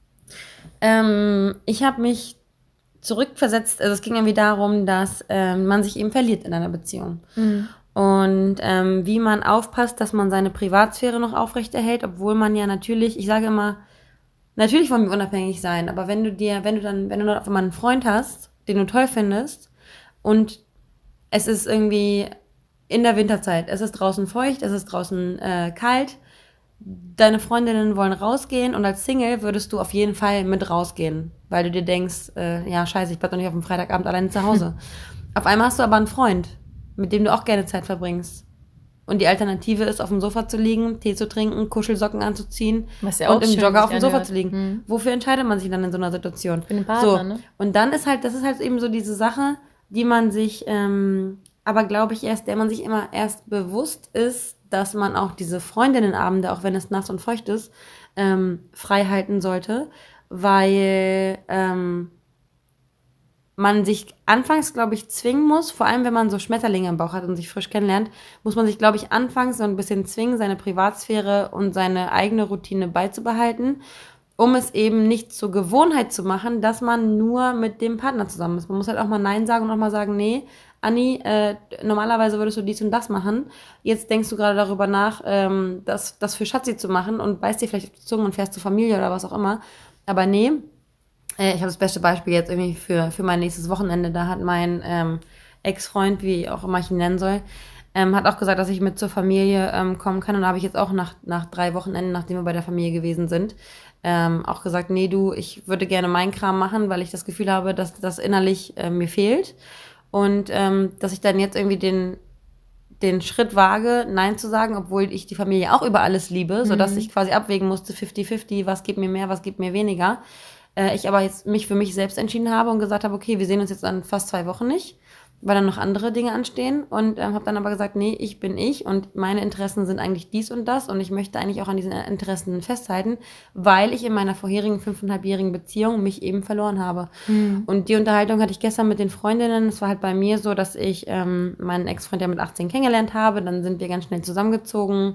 Ähm, ich habe mich zurückversetzt, also es ging irgendwie darum, dass ähm, man sich eben verliert in einer Beziehung. Mhm. Und ähm, wie man aufpasst, dass man seine Privatsphäre noch aufrechterhält, obwohl man ja natürlich, ich sage immer, natürlich wollen wir unabhängig sein, aber wenn du dir, wenn du dann, wenn du dann auf einmal einen Freund hast, den du toll findest und es ist irgendwie in der Winterzeit, es ist draußen feucht, es ist draußen äh, kalt, deine Freundinnen wollen rausgehen und als Single würdest du auf jeden Fall mit rausgehen, weil du dir denkst, äh, ja scheiße, ich bleib doch nicht auf dem Freitagabend alleine zu Hause. Auf einmal hast du aber einen Freund, mit dem du auch gerne Zeit verbringst. Und die Alternative ist, auf dem Sofa zu liegen, Tee zu trinken, Kuschelsocken anzuziehen Was ja auch und im schön Jogger sich auf dem Sofa anhört. zu liegen. Mhm. Wofür entscheidet man sich dann in so einer Situation? Für den Partner, so. ne? Und dann ist halt, das ist halt eben so diese Sache, die man sich, ähm, aber glaube ich erst, der man sich immer erst bewusst ist, dass man auch diese Freundinnenabende, auch wenn es nass und feucht ist, ähm, frei halten sollte, weil ähm, man sich anfangs, glaube ich, zwingen muss, vor allem wenn man so Schmetterlinge im Bauch hat und sich frisch kennenlernt, muss man sich, glaube ich, anfangs so ein bisschen zwingen, seine Privatsphäre und seine eigene Routine beizubehalten, um es eben nicht zur Gewohnheit zu machen, dass man nur mit dem Partner zusammen ist. Man muss halt auch mal Nein sagen und auch mal sagen, nee, Anni, äh, normalerweise würdest du dies und das machen. Jetzt denkst du gerade darüber nach, ähm, das, das für Schatzi zu machen und beißt dir vielleicht auf die Zunge und fährst zur Familie oder was auch immer. Aber nee, äh, ich habe das beste Beispiel jetzt irgendwie für, für mein nächstes Wochenende. Da hat mein ähm, Ex-Freund, wie auch immer ich ihn nennen soll, ähm, hat auch gesagt, dass ich mit zur Familie ähm, kommen kann. Und da habe ich jetzt auch nach, nach drei Wochenenden, nachdem wir bei der Familie gewesen sind, ähm, auch gesagt, nee, du, ich würde gerne meinen Kram machen, weil ich das Gefühl habe, dass das innerlich äh, mir fehlt. Und ähm, dass ich dann jetzt irgendwie den, den Schritt wage, Nein zu sagen, obwohl ich die Familie auch über alles liebe, sodass Mhm. ich quasi abwägen musste, fifty fifty, was gibt mir mehr, was gibt mir weniger. Äh, ich aber jetzt mich für mich selbst entschieden habe und gesagt habe, okay, wir sehen uns jetzt dann fast zwei Wochen nicht, weil dann noch andere Dinge anstehen. Und ähm, habe dann aber gesagt, nee, ich bin ich und meine Interessen sind eigentlich dies und das und ich möchte eigentlich auch an diesen Interessen festhalten, weil ich in meiner vorherigen fünfeinhalbjährigen Beziehung mich eben verloren habe. Mhm. Und die Unterhaltung hatte ich gestern mit den Freundinnen. Es war halt bei mir so, dass ich ähm, meinen Ex-Freund ja mit achtzehn kennengelernt habe. Dann sind wir ganz schnell zusammengezogen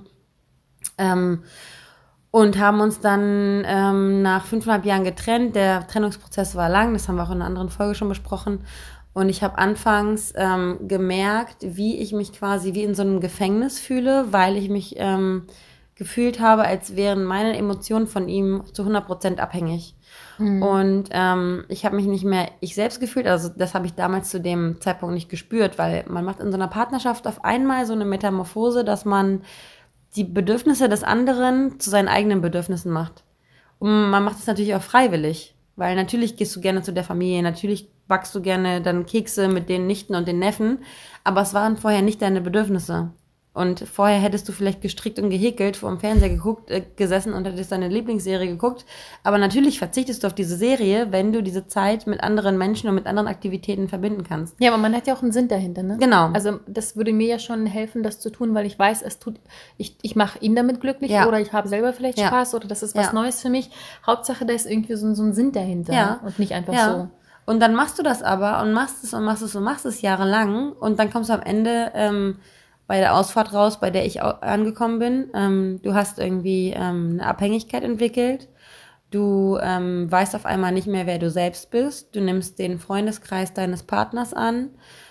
ähm, und haben uns dann ähm, nach fünfeinhalb Jahren getrennt. Der Trennungsprozess war lang, das haben wir auch in einer anderen Folge schon besprochen. Und ich habe anfangs ähm, gemerkt, wie ich mich quasi wie in so einem Gefängnis fühle, weil ich mich ähm, gefühlt habe, als wären meine Emotionen von ihm zu hundert Prozent abhängig. Mhm. Und ähm, ich habe mich nicht mehr ich selbst gefühlt, also das habe ich damals zu dem Zeitpunkt nicht gespürt, weil man macht in so einer Partnerschaft auf einmal so eine Metamorphose, dass man die Bedürfnisse des anderen zu seinen eigenen Bedürfnissen macht. Und man macht es natürlich auch freiwillig, weil natürlich gehst du gerne zu der Familie, natürlich backst du gerne dann Kekse mit den Nichten und den Neffen, aber es waren vorher nicht deine Bedürfnisse. Und vorher hättest du vielleicht gestrickt und gehäkelt, vor dem Fernseher geguckt, äh, gesessen und hättest deine Lieblingsserie geguckt. Aber natürlich verzichtest du auf diese Serie, wenn du diese Zeit mit anderen Menschen und mit anderen Aktivitäten verbinden kannst. Ja, aber man hat ja auch einen Sinn dahinter, ne? Genau. Also das würde mir ja schon helfen, das zu tun, weil ich weiß, es tut, ich, ich mache ihn damit glücklich Ja. oder ich habe selber vielleicht Ja. Spaß oder das ist was Ja. Neues für mich. Hauptsache, da ist irgendwie so, ein- so ein Sinn dahinter Ja. und nicht einfach Ja. so. Und dann machst du das aber und machst es und machst es und machst es jahrelang und dann kommst du am Ende ähm, bei der Ausfahrt raus, bei der ich au- angekommen bin. Ähm, du hast irgendwie ähm, eine Abhängigkeit entwickelt. Du ähm, weißt auf einmal nicht mehr, wer du selbst bist. Du nimmst den Freundeskreis deines Partners an.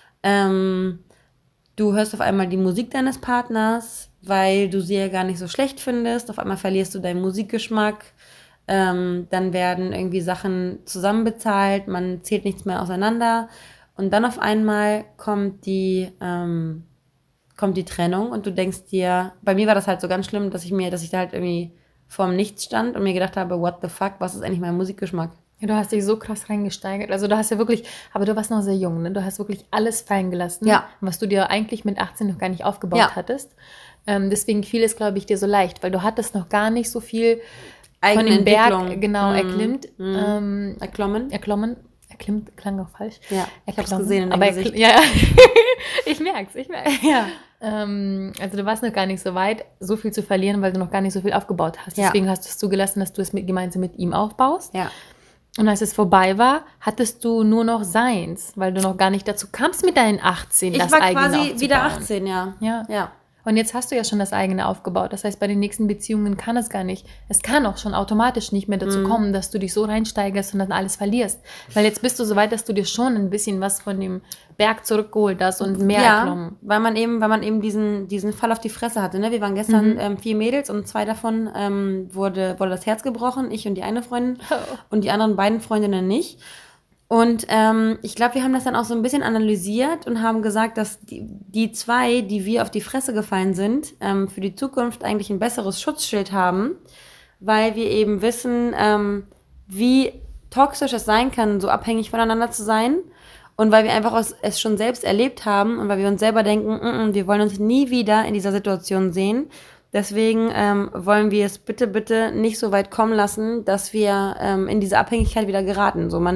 Ähm, du hörst auf einmal die Musik deines Partners, weil du sie ja gar nicht so schlecht findest. Auf einmal verlierst du deinen Musikgeschmack. Ähm, dann werden irgendwie Sachen zusammenbezahlt, man zählt nichts mehr auseinander. Und dann auf einmal kommt die, ähm, kommt die Trennung und du denkst dir, bei mir war das halt so ganz schlimm, dass ich mir, dass ich da halt irgendwie vorm Nichts stand und mir gedacht habe, what the fuck, was ist eigentlich mein Musikgeschmack? Ja, du hast dich so krass reingesteigert. Also du hast ja wirklich, aber du warst noch sehr jung, ne? Du hast wirklich alles fallen gelassen, Ja. was du dir eigentlich mit achtzehn noch gar nicht aufgebaut Ja. hattest. Ähm, deswegen fiel es, glaube ich, dir so leicht, weil du hattest noch gar nicht so viel von Eigene dem Berg Entwicklung. genau Mhm. erklimmt. Mhm. Ähm, Erklommen? erklommen. Erklimmt klang auch falsch. Ja, ich hab's Erklommen. gesehen in deinem aber Gesicht. erkl- Ja, ja. ich merk's, ich merk's. Ja. Ähm, also du warst noch gar nicht so weit, so viel zu verlieren, weil du noch gar nicht so viel aufgebaut hast. Ja. Deswegen hast du es zugelassen, dass du es mit, gemeinsam mit ihm aufbaust. Ja. Und als es vorbei war, hattest du nur noch Seins, weil du noch gar nicht dazu kamst mit deinen achtzehn, Ich das war eigene quasi aufzubauen. wieder achtzehn, ja. Ja. Ja. Und jetzt hast du ja schon das eigene aufgebaut. Das heißt, bei den nächsten Beziehungen kann es gar nicht. Es kann auch schon automatisch nicht mehr Mhm. dazu kommen, dass du dich so reinsteigerst und dann alles verlierst. Weil jetzt bist du so weit, dass du dir schon ein bisschen was von dem Berg zurückgeholt hast und mehr ja, erklommen. weil man eben, weil man eben diesen, diesen Fall auf die Fresse hatte. Ne? Wir waren gestern Mhm. ähm, vier Mädels und zwei davon ähm, wurde, wurde das Herz gebrochen, ich und die eine Freundin und die anderen beiden Freundinnen nicht. Und ähm, ich glaube, wir haben das dann auch so ein bisschen analysiert und haben gesagt, dass die, die zwei, die wir auf die Fresse gefallen sind, ähm, für die Zukunft eigentlich ein besseres Schutzschild haben, weil wir eben wissen, ähm, wie toxisch es sein kann, so abhängig voneinander zu sein. Und weil wir einfach aus, es schon selbst erlebt haben und weil wir uns selber denken, mm, mm, wir wollen uns nie wieder in dieser Situation sehen. Deswegen ähm, wollen wir es bitte, bitte nicht so weit kommen lassen, dass wir ähm, in diese Abhängigkeit wieder geraten. So, man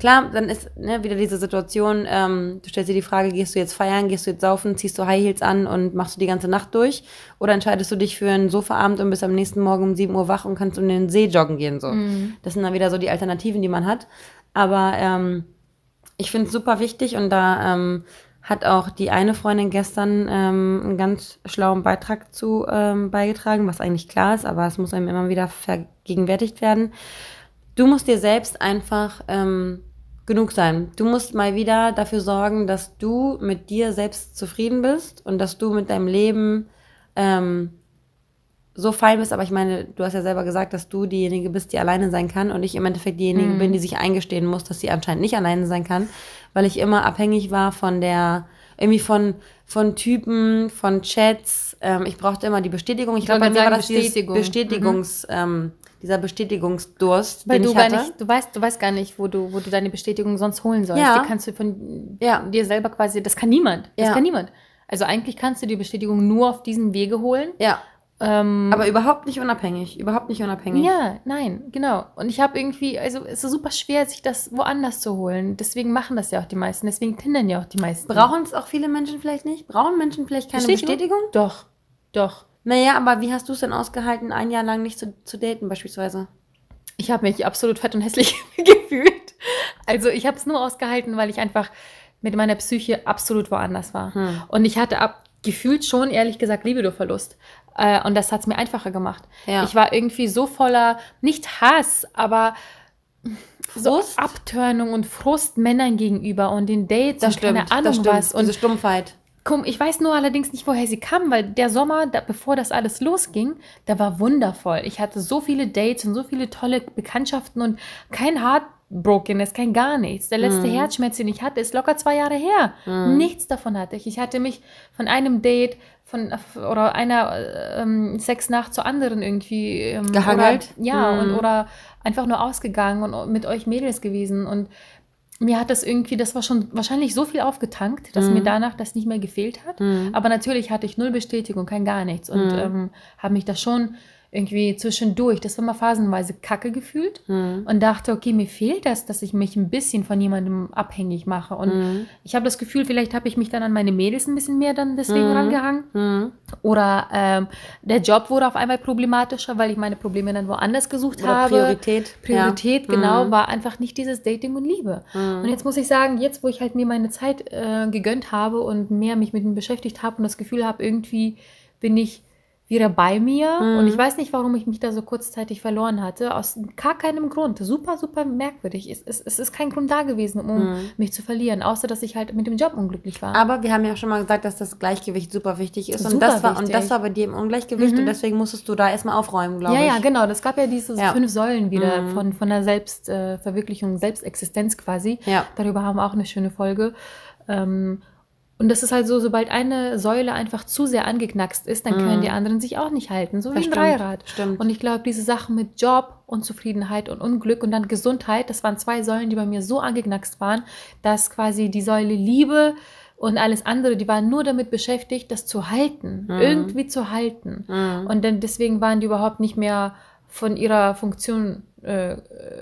klar, dann ist ne, wieder diese Situation, ähm, du stellst dir die Frage, gehst du jetzt feiern, gehst du jetzt saufen, ziehst du High Heels an und machst du die ganze Nacht durch? Oder entscheidest du dich für einen Sofaabend und bist am nächsten Morgen um sieben Uhr wach und kannst um den See joggen gehen? So. Mhm. Das sind dann wieder so die Alternativen, die man hat. Aber ähm, ich finde es super wichtig und da ähm, hat auch die eine Freundin gestern ähm, einen ganz schlauen Beitrag zu ähm, beigetragen, was eigentlich klar ist, aber es muss einem immer wieder vergegenwärtigt werden. Du musst dir selbst einfach ähm, genug sein. Du musst mal wieder dafür sorgen, dass du mit dir selbst zufrieden bist und dass du mit deinem Leben ähm, so fein bist. Aber ich meine, du hast ja selber gesagt, dass du diejenige bist, die alleine sein kann und ich im Endeffekt diejenige mhm. bin, die sich eingestehen muss, dass sie anscheinend nicht alleine sein kann, weil ich immer abhängig war von der, irgendwie von, von Typen, von Chats. Ähm, ich brauchte immer die Bestätigung. Ich, ich glaube, bei mir sagen, war das Bestätigung. Bestätigungs... Mhm. Ähm, dieser Bestätigungsdurst, Weil den du ich gar hatte. nicht, du weißt, du weißt gar nicht, wo du, wo du deine Bestätigung sonst holen sollst. Ja. Die kannst du von ja. dir selber quasi, das kann niemand. Das ja. kann niemand. Also eigentlich kannst du die Bestätigung nur auf diesem Wege holen. Ja. Ähm, Aber überhaupt nicht unabhängig. Überhaupt nicht unabhängig. Ja, nein, genau. Und ich habe irgendwie, also es ist super schwer, sich das woanders zu holen. Deswegen machen das ja auch die meisten. Deswegen tindern ja auch die meisten. Brauchen es auch viele Menschen vielleicht nicht? Brauchen Menschen vielleicht keine Bestätigung? Bestätigung? Doch, doch. Naja, aber wie hast du es denn ausgehalten, ein Jahr lang nicht zu, zu daten beispielsweise? Ich habe mich absolut fett und hässlich gefühlt. Also ich habe es nur ausgehalten, weil ich einfach mit meiner Psyche absolut woanders war. Hm. Und ich hatte ab, gefühlt schon, ehrlich gesagt, Libidoverlust. Äh, und das hat es mir einfacher gemacht. Ja. Ich war irgendwie so voller, nicht Hass, aber Frust? So Abtörnung und Frust Männern gegenüber und den Dates das und stimmt, keine Ahnung das stimmt. was. Und diese Stumpfheit. Komm, ich weiß nur allerdings nicht, woher sie kam, weil der Sommer, da, bevor das alles losging, der war wundervoll. Ich hatte so viele Dates und so viele tolle Bekanntschaften und kein Heartbrokenness, kein gar nichts. Der letzte mm. Herzschmerz, den ich hatte, ist locker zwei Jahre her. Mm. Nichts davon hatte ich. Ich hatte mich von einem Date von oder einer ähm, Sexnacht zur anderen irgendwie ähm, gehangelt. Oder, ja, mm. und, oder einfach nur ausgegangen und mit euch Mädels gewesen und mir hat das irgendwie, das war schon wahrscheinlich so viel aufgetankt, dass mhm. mir danach das nicht mehr gefehlt hat. Mhm. Aber natürlich hatte ich null Bestätigung, kein gar nichts. Und mhm. ähm, habe mich da schon irgendwie zwischendurch, das war mal phasenweise kacke gefühlt mhm. und dachte, okay, mir fehlt das, dass ich mich ein bisschen von jemandem abhängig mache. Und mhm. ich habe das Gefühl, vielleicht habe ich mich dann an meine Mädels ein bisschen mehr dann deswegen mhm. rangehangen. Mhm. Oder ähm, der Job wurde auf einmal problematischer, weil ich meine Probleme dann woanders gesucht Oder habe. Priorität. Priorität, ja. genau, mhm. war einfach nicht dieses Dating und Liebe. Mhm. Und jetzt muss ich sagen, jetzt, wo ich halt mir meine Zeit äh, gegönnt habe und mehr mich mit ihm beschäftigt habe und das Gefühl habe, irgendwie bin ich wieder bei mir mhm. und ich weiß nicht, warum ich mich da so kurzzeitig verloren hatte, aus gar keinem Grund. Super, super merkwürdig. Es, es, es ist kein Grund da gewesen, um mhm. mich zu verlieren, außer, dass ich halt mit dem Job unglücklich war. Aber wir haben ja schon mal gesagt, dass das Gleichgewicht super wichtig ist super und, das war, wichtig. und das war bei dir im Ungleichgewicht mhm. und deswegen musstest du da erstmal aufräumen, glaube ja, ich. Ja, ja, genau. Das gab ja diese ja. fünf Säulen wieder mhm. von, von der Selbstverwirklichung, äh, Selbstexistenz quasi. Ja. Darüber haben wir auch eine schöne Folge. Ähm, Und das ist halt so, sobald eine Säule einfach zu sehr angeknackst ist, dann können mm. die anderen sich auch nicht halten. So wie ein Dreirad. Stimmt. Und ich glaube, diese Sachen mit Job, Unzufriedenheit und Unglück und dann Gesundheit, das waren zwei Säulen, die bei mir so angeknackst waren, dass quasi die Säule Liebe und alles andere, die waren nur damit beschäftigt, das zu halten. Mm. Irgendwie zu halten. Mm. Und dann deswegen waren die überhaupt nicht mehr von ihrer Funktion äh,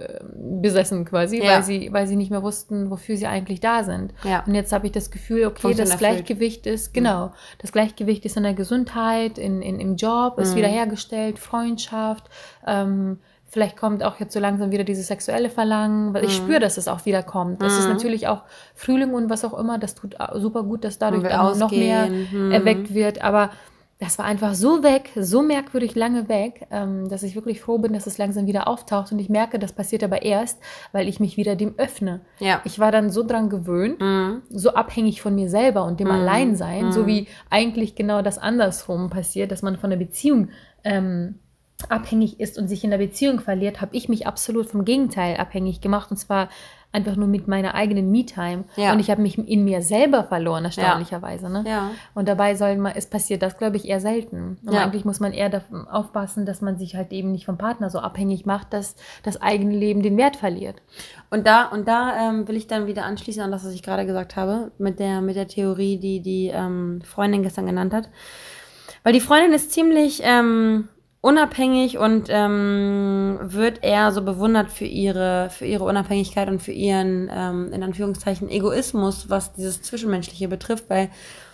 besessen quasi, ja. weil sie, weil sie nicht mehr wussten, wofür sie eigentlich da sind. Ja. Und jetzt habe ich das Gefühl, okay, Funktion das erfüllt. Gleichgewicht ist, genau, mhm. das Gleichgewicht ist in der Gesundheit, in, in, im Job, ist mhm. wiederhergestellt, Freundschaft, ähm, vielleicht kommt auch jetzt so langsam wieder dieses sexuelle Verlangen, weil ich mhm. spüre, dass es auch wieder kommt. Es mhm. ist natürlich auch Frühling und was auch immer, das tut super gut, dass dadurch dann noch mehr mhm. erweckt wird, aber das war einfach so weg, so merkwürdig lange weg, ähm, dass ich wirklich froh bin, dass es langsam wieder auftaucht. Und ich merke, das passiert aber erst, weil ich mich wieder dem öffne. Ja. Ich war dann so dran gewöhnt, mhm. so abhängig von mir selber und dem mhm. Alleinsein, mhm. so wie eigentlich genau das andersrum passiert, dass man von der Beziehung ähm, abhängig ist und sich in der Beziehung verliert, habe ich mich absolut vom Gegenteil abhängig gemacht. Und zwar einfach nur mit meiner eigenen Me-Time. Ja. Und ich habe mich in mir selber verloren, erstaunlicherweise. Ne? Ja. Und dabei soll man, es passiert das, glaube ich, eher selten. Und ja. eigentlich muss man eher davon aufpassen, dass man sich halt eben nicht vom Partner so abhängig macht, dass das eigene Leben den Wert verliert. Und da, und da ähm, will ich dann wieder anschließen an das, was ich gerade gesagt habe, mit der, mit der Theorie, die die ähm, Freundin gestern genannt hat. Weil die Freundin ist ziemlich... Ähm, unabhängig und ähm, wird eher so bewundert für ihre, für ihre Unabhängigkeit und für ihren, ähm, in Anführungszeichen, Egoismus, was dieses Zwischenmenschliche betrifft, weil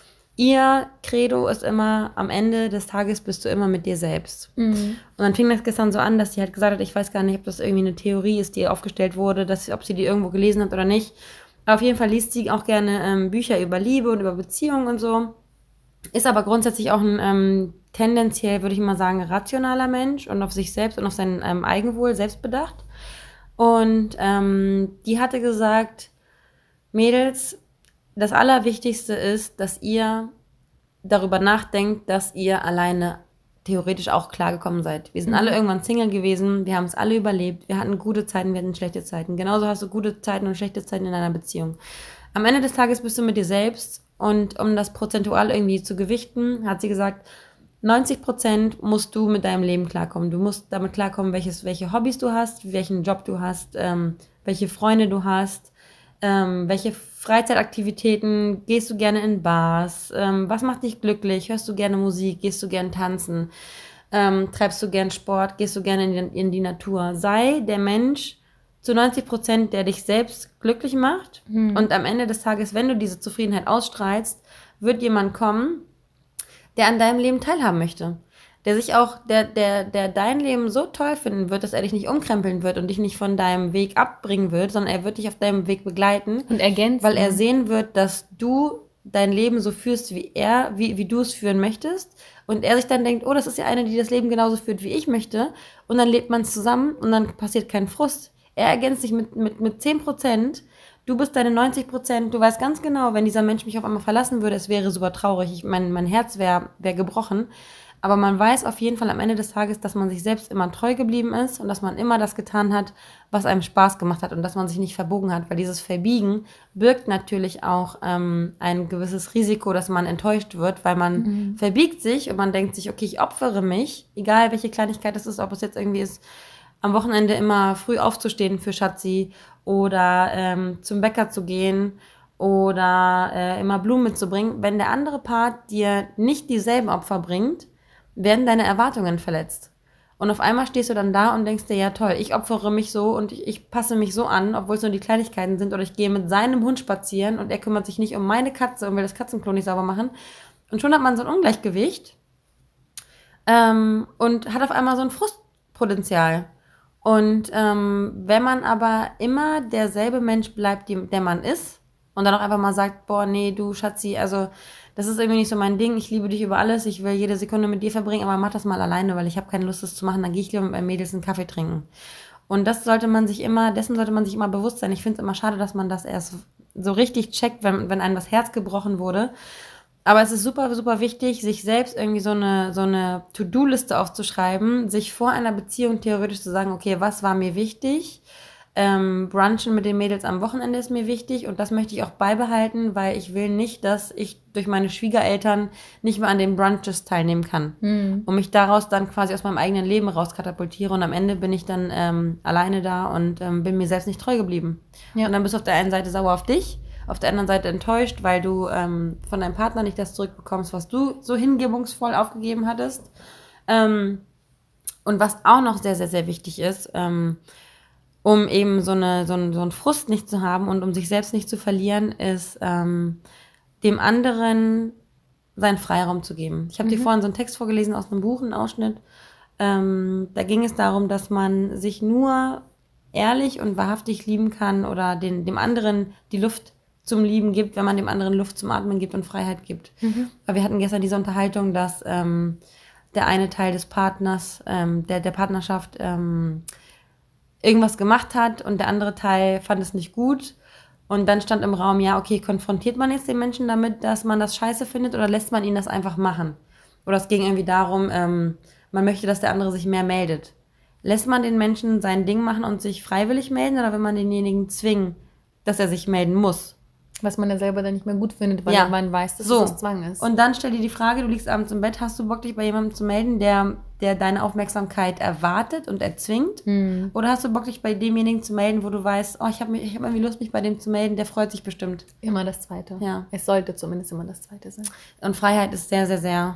ihr Credo ist immer, am Ende des Tages bist du immer mit dir selbst. Mhm. Und dann fing das gestern so an, dass sie halt gesagt hat, ich weiß gar nicht, ob das irgendwie eine Theorie ist, die aufgestellt wurde, dass, ob sie die irgendwo gelesen hat oder nicht. Aber auf jeden Fall liest sie auch gerne ähm, Bücher über Liebe und über Beziehungen und so. Ist aber grundsätzlich auch ein ähm, tendenziell, würde ich mal sagen, rationaler Mensch und auf sich selbst und auf sein ähm, Eigenwohl selbst bedacht. Und ähm, die hatte gesagt, Mädels, das Allerwichtigste ist, dass ihr darüber nachdenkt, dass ihr alleine theoretisch auch klargekommen seid. Wir sind Mhm. alle irgendwann Single gewesen, wir haben es alle überlebt, wir hatten gute Zeiten, wir hatten schlechte Zeiten. Genauso hast du gute Zeiten und schlechte Zeiten in einer Beziehung. Am Ende des Tages bist du mit dir selbst und um das prozentual irgendwie zu gewichten, hat sie gesagt, neunzig Prozent musst du mit deinem Leben klarkommen. Du musst damit klarkommen, welches, welche Hobbys du hast, welchen Job du hast, ähm, welche Freunde du hast, ähm, welche Freizeitaktivitäten, gehst du gerne in Bars, ähm, was macht dich glücklich, hörst du gerne Musik, gehst du gerne tanzen, ähm, treibst du gern Sport, gehst du gerne in die, in die Natur. Sei der Mensch zu neunzig Prozent, der dich selbst glücklich macht. Mhm. Und am Ende des Tages, wenn du diese Zufriedenheit ausstrahlst, wird jemand kommen, der an deinem Leben teilhaben möchte. Der sich auch, der, der, der dein Leben so toll finden wird, dass er dich nicht umkrempeln wird und dich nicht von deinem Weg abbringen wird, sondern er wird dich auf deinem Weg begleiten. Und ergänzen. Weil er sehen wird, dass du dein Leben so führst, wie er, wie, wie du es führen möchtest. Und er sich dann denkt, oh, das ist ja eine, die das Leben genauso führt, wie ich möchte. Und dann lebt man zusammen und dann passiert kein Frust. Er ergänzt dich mit, mit, mit zehn Prozent. Du bist deine neunzig Prozent. Du weißt ganz genau, wenn dieser Mensch mich auf einmal verlassen würde, es wäre super traurig. Ich, mein, mein Herz wäre wär gebrochen. Aber man weiß auf jeden Fall am Ende des Tages, dass man sich selbst immer treu geblieben ist und dass man immer das getan hat, was einem Spaß gemacht hat und dass man sich nicht verbogen hat. Weil dieses Verbiegen birgt natürlich auch ähm, ein gewisses Risiko, dass man enttäuscht wird, weil man mhm. verbiegt sich und man denkt sich, okay, ich opfere mich, egal welche Kleinigkeit es ist, ob es jetzt irgendwie ist, am Wochenende immer früh aufzustehen für Schatzi oder ähm, zum Bäcker zu gehen oder äh, immer Blumen mitzubringen. Wenn der andere Part dir nicht dieselben Opfer bringt, werden deine Erwartungen verletzt. Und auf einmal stehst du dann da und denkst dir, ja toll, ich opfere mich so und ich, ich passe mich so an, obwohl es nur die Kleinigkeiten sind. Oder ich gehe mit seinem Hund spazieren und er kümmert sich nicht um meine Katze und will das Katzenklo nicht sauber machen. Und schon hat man so ein Ungleichgewicht ähm, und hat auf einmal so ein Frustpotenzial. Und ähm, wenn man aber immer derselbe Mensch bleibt, die, der man ist, und dann auch einfach mal sagt, boah, nee, du Schatzi, also das ist irgendwie nicht so mein Ding, ich liebe dich über alles, ich will jede Sekunde mit dir verbringen, aber mach das mal alleine, weil ich habe keine Lust, das zu machen, dann gehe ich lieber mit meinen Mädels einen Kaffee trinken. Und das sollte man sich immer, dessen sollte man sich immer bewusst sein. Ich finde es immer schade, dass man das erst so richtig checkt, wenn, wenn einem das Herz gebrochen wurde. Aber es ist super, super wichtig, sich selbst irgendwie so eine, so eine To-Do-Liste aufzuschreiben, sich vor einer Beziehung theoretisch zu sagen, okay, was war mir wichtig? Ähm, Brunchen mit den Mädels am Wochenende ist mir wichtig und das möchte ich auch beibehalten, weil ich will nicht, dass ich durch meine Schwiegereltern nicht mehr an den Brunches teilnehmen kann mhm. und mich daraus dann quasi aus meinem eigenen Leben rauskatapultiere und am Ende bin ich dann ähm, alleine da und ähm, bin mir selbst nicht treu geblieben. Ja. Und dann bist du auf der einen Seite sauer auf dich, auf der anderen Seite enttäuscht, weil du ähm, von deinem Partner nicht das zurückbekommst, was du so hingebungsvoll aufgegeben hattest. Ähm, und was auch noch sehr, sehr, sehr wichtig ist, ähm, um eben so, eine, so, einen, so einen Frust nicht zu haben und um sich selbst nicht zu verlieren, ist ähm, dem anderen seinen Freiraum zu geben. Ich habe mhm. dir vorhin so einen Text vorgelesen aus einem Buch, einen Ausschnitt. Ähm, da ging es darum, dass man sich nur ehrlich und wahrhaftig lieben kann oder den, dem anderen die Luft zum Lieben gibt, wenn man dem anderen Luft zum Atmen gibt und Freiheit gibt. Mhm. Weil wir hatten gestern diese Unterhaltung, dass ähm, der eine Teil des Partners, ähm, der, der Partnerschaft, ähm, irgendwas gemacht hat und der andere Teil fand es nicht gut. Und dann stand im Raum, ja, okay, konfrontiert man jetzt den Menschen damit, dass man das scheiße findet oder lässt man ihn das einfach machen? Oder es ging irgendwie darum, ähm, man möchte, dass der andere sich mehr meldet. Lässt man den Menschen sein Ding machen und sich freiwillig melden oder will man denjenigen zwingen, dass er sich melden muss? Was man ja selber dann nicht mehr gut findet, weil ja. man weiß, dass so. es Zwang ist. Und dann stell dir die Frage, du liegst abends im Bett, hast du Bock, dich bei jemandem zu melden, der, der deine Aufmerksamkeit erwartet und erzwingt? Hm. Oder hast du Bock, dich bei demjenigen zu melden, wo du weißt, oh, ich habe ich hab irgendwie Lust, mich bei dem zu melden, der freut sich bestimmt? Immer das Zweite. Ja. Es sollte zumindest immer das Zweite sein. Und Freiheit ist sehr, sehr, sehr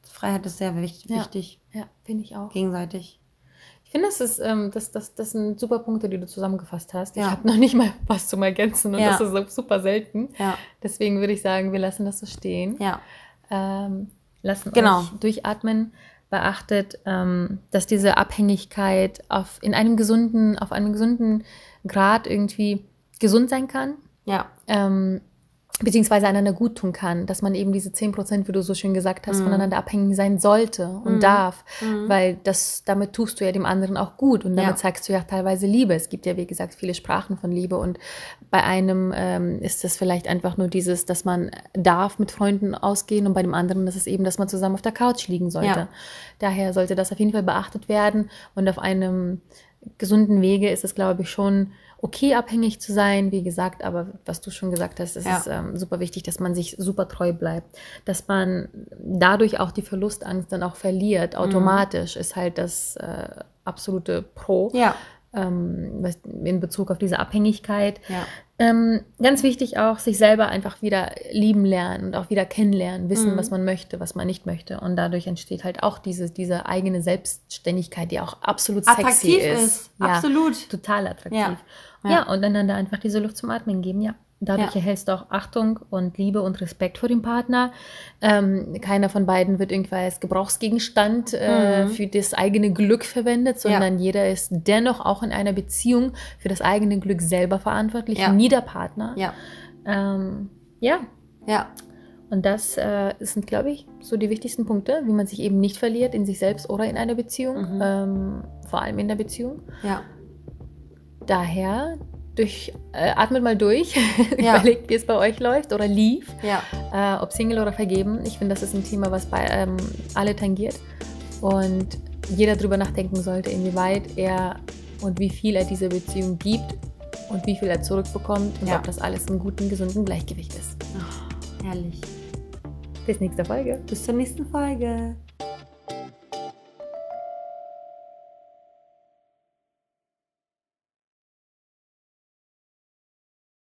Freiheit ist sehr wichtig. Ja. wichtig Ja, finde ich auch. gegenseitig. Ich finde, das, ist, ähm, das, das, das sind super Punkte, die du zusammengefasst hast. Ich Ja. habe noch nicht mal was zum Ergänzen und Ja. das ist so super selten. Ja. Deswegen würde ich sagen, wir lassen das so stehen. Ja. Ähm, lassen Genau. euch durchatmen. Beachtet, ähm, dass diese Abhängigkeit auf, in einem gesunden, auf einem gesunden Grad irgendwie gesund sein kann. Ja. Ähm, beziehungsweise einander gut tun kann, dass man eben diese zehn Prozent, wie du so schön gesagt hast, Mhm. voneinander abhängig sein sollte und Mhm. darf, Mhm. weil das, damit tust du ja dem anderen auch gut und damit Ja. zeigst du ja teilweise Liebe. Es gibt ja, wie gesagt, viele Sprachen von Liebe und bei einem ähm, ist es vielleicht einfach nur dieses, dass man darf mit Freunden ausgehen und bei dem anderen ist es eben, dass man zusammen auf der Couch liegen sollte. Ja. Daher sollte das auf jeden Fall beachtet werden und auf einem gesunden Wege ist es, glaube ich, schon okay, abhängig zu sein, wie gesagt, aber was du schon gesagt hast, es Ja. ist ähm, super wichtig, dass man sich super treu bleibt, dass man dadurch auch die Verlustangst dann auch verliert, automatisch ist halt das äh, absolute Pro, Ja. ähm, was- in Bezug auf diese Abhängigkeit. Ja. Ähm, ganz wichtig auch, sich selber einfach wieder lieben lernen und auch wieder kennenlernen, wissen, Mhm. was man möchte, was man nicht möchte. Und dadurch entsteht halt auch diese, diese eigene Selbstständigkeit, die auch absolut sexy Attraktiv ist. ist. Ja, Absolut. total attraktiv. Ja. Ja, Ja. und einander einfach diese Luft zum Atmen geben, ja. Dadurch Ja. erhältst du auch Achtung und Liebe und Respekt vor dem Partner. Ähm, keiner von beiden wird irgendwie als Gebrauchsgegenstand äh, Mhm. für das eigene Glück verwendet, sondern jeder ist dennoch auch in einer Beziehung für das eigene Glück selber verantwortlich, Ja. nie der Partner. Ja. Ähm, ja, Ja. und das äh, sind, glaube ich, so die wichtigsten Punkte, wie man sich eben nicht verliert in sich selbst oder in einer Beziehung, Mhm. ähm, vor allem in der Beziehung. Ja. Daher, durch, äh, atmet mal durch, Ja. überlegt, wie es bei euch läuft oder lief, Ja. äh, ob Single oder vergeben. Ich finde, das ist ein Thema, was bei ähm, alle tangiert und jeder darüber nachdenken sollte, inwieweit er und wie viel er dieser Beziehung gibt und wie viel er zurückbekommt und Ja. ob das alles im guten, gesunden Gleichgewicht ist. Oh, herrlich. Bis nächste Folge. Bis zur nächsten Folge.